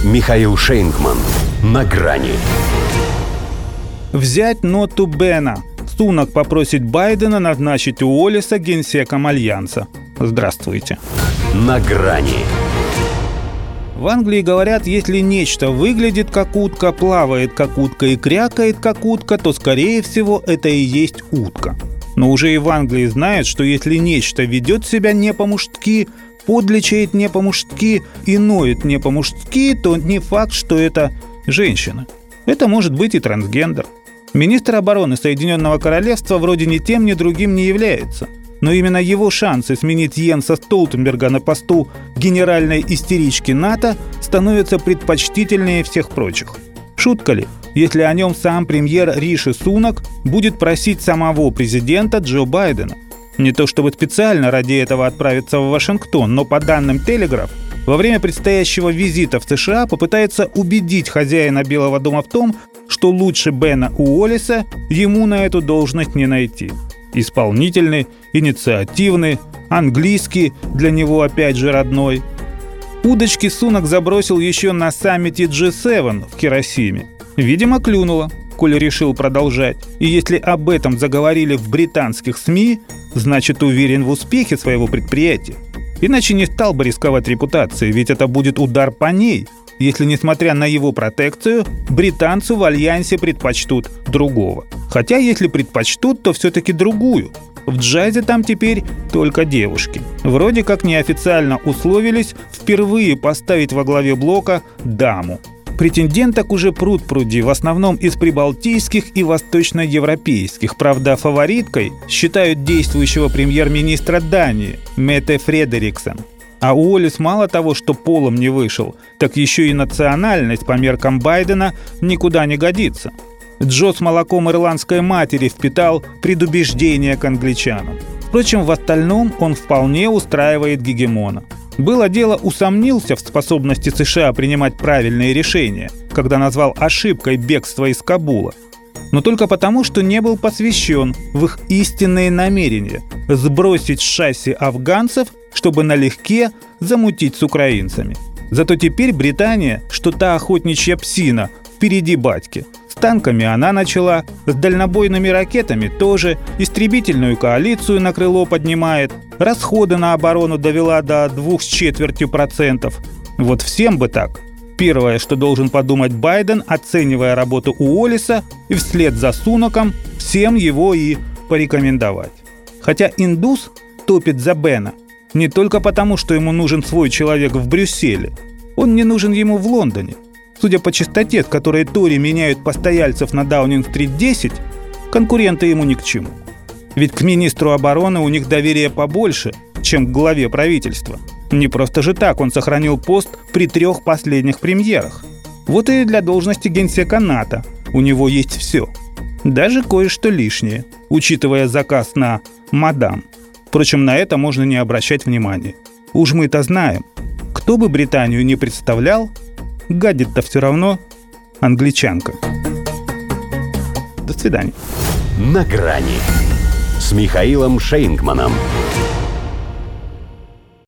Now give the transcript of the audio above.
Михаил Шейнгман. На грани. Взять ноту Бена. Сунак попросит Байдена назначить Уоллеса генсеком Альянса. Здравствуйте. На грани. В Англии говорят, если нечто выглядит как утка, плавает как утка и крякает как утка, то, скорее всего, это и есть утка. Но уже и в Англии знают, что если нечто ведет себя не по-мужски, подлечает не по-мужски и ноет не по-мужски, то не факт, что это женщина. Это может быть и трансгендер. Министр обороны Соединенного Королевства вроде ни тем, ни другим не является. Но именно его шансы сменить Йенса Столтенберга на посту генеральной истерички НАТО становятся предпочтительнее всех прочих. Шутка ли, если о нем сам премьер Риши Сунак будет просить самого президента Джо Байдена? Не то чтобы специально ради этого отправиться в Вашингтон, но по данным Telegraph, во время предстоящего визита в США попытается убедить хозяина Белого дома в том, что лучше Бена Уоллеса ему на эту должность не найти. Исполнительный, инициативный, английский, для него опять же родной. Удочки Сунак забросил еще на саммите G7 в Хиросиме. Видимо, клюнуло, коль решил продолжать. И если об этом заговорили в британских СМИ, значит уверен в успехе своего предприятия. Иначе не стал бы рисковать репутацией, ведь это будет удар по ней, если, несмотря на его протекцию, британцу в Альянсе предпочтут другого. Хотя, если предпочтут, то все-таки другую. В джазе там теперь только девушки. Вроде как неофициально условились впервые поставить во главе блока даму. Претенденток уже пруд-пруди, в основном из прибалтийских и восточноевропейских. Правда, фавориткой считают действующего премьер-министра Дании Метте Фредериксен. А Уоллес мало того, что полом не вышел, так еще и национальность по меркам Байдена никуда не годится. Джо с молоком ирландской матери впитал предубеждение к англичанам. Впрочем, в остальном он вполне устраивает гегемона. Было дело, усомнился в способности США принимать правильные решения, когда назвал ошибкой бегство из Кабула. Но только потому, что не был посвящен в их истинные намерения – сбросить с шасси афганцев, чтобы налегке замутить с украинцами. Зато теперь Британия, что та охотничья псина, впереди батьки. С танками она начала, с дальнобойными ракетами тоже, истребительную коалицию на крыло поднимает, расходы на оборону довела до 2,25%. Вот всем бы так. Первое, что должен подумать Байден, оценивая работу Уоллеса, и вслед за Сунаком всем его и порекомендовать. Хотя индус топит за Бена не только потому, что ему нужен свой человек в Брюсселе. Он не нужен ему в Лондоне. Судя по частоте, с которой Тори меняют постояльцев на Даунинг-стрит 10, конкуренты ему ни к чему. Ведь к министру обороны у них доверие побольше, чем к главе правительства. Не просто же так он сохранил пост при 3 последних премьерах. Вот и для должности генсека НАТО у него есть все. Даже кое-что лишнее, учитывая заказ на «мадам». Впрочем, на это можно не обращать внимания. Уж мы-то знаем, кто бы Британию не представлял, гадит-то все равно англичанка. До свидания. На грани с Михаилом Шейнгманом.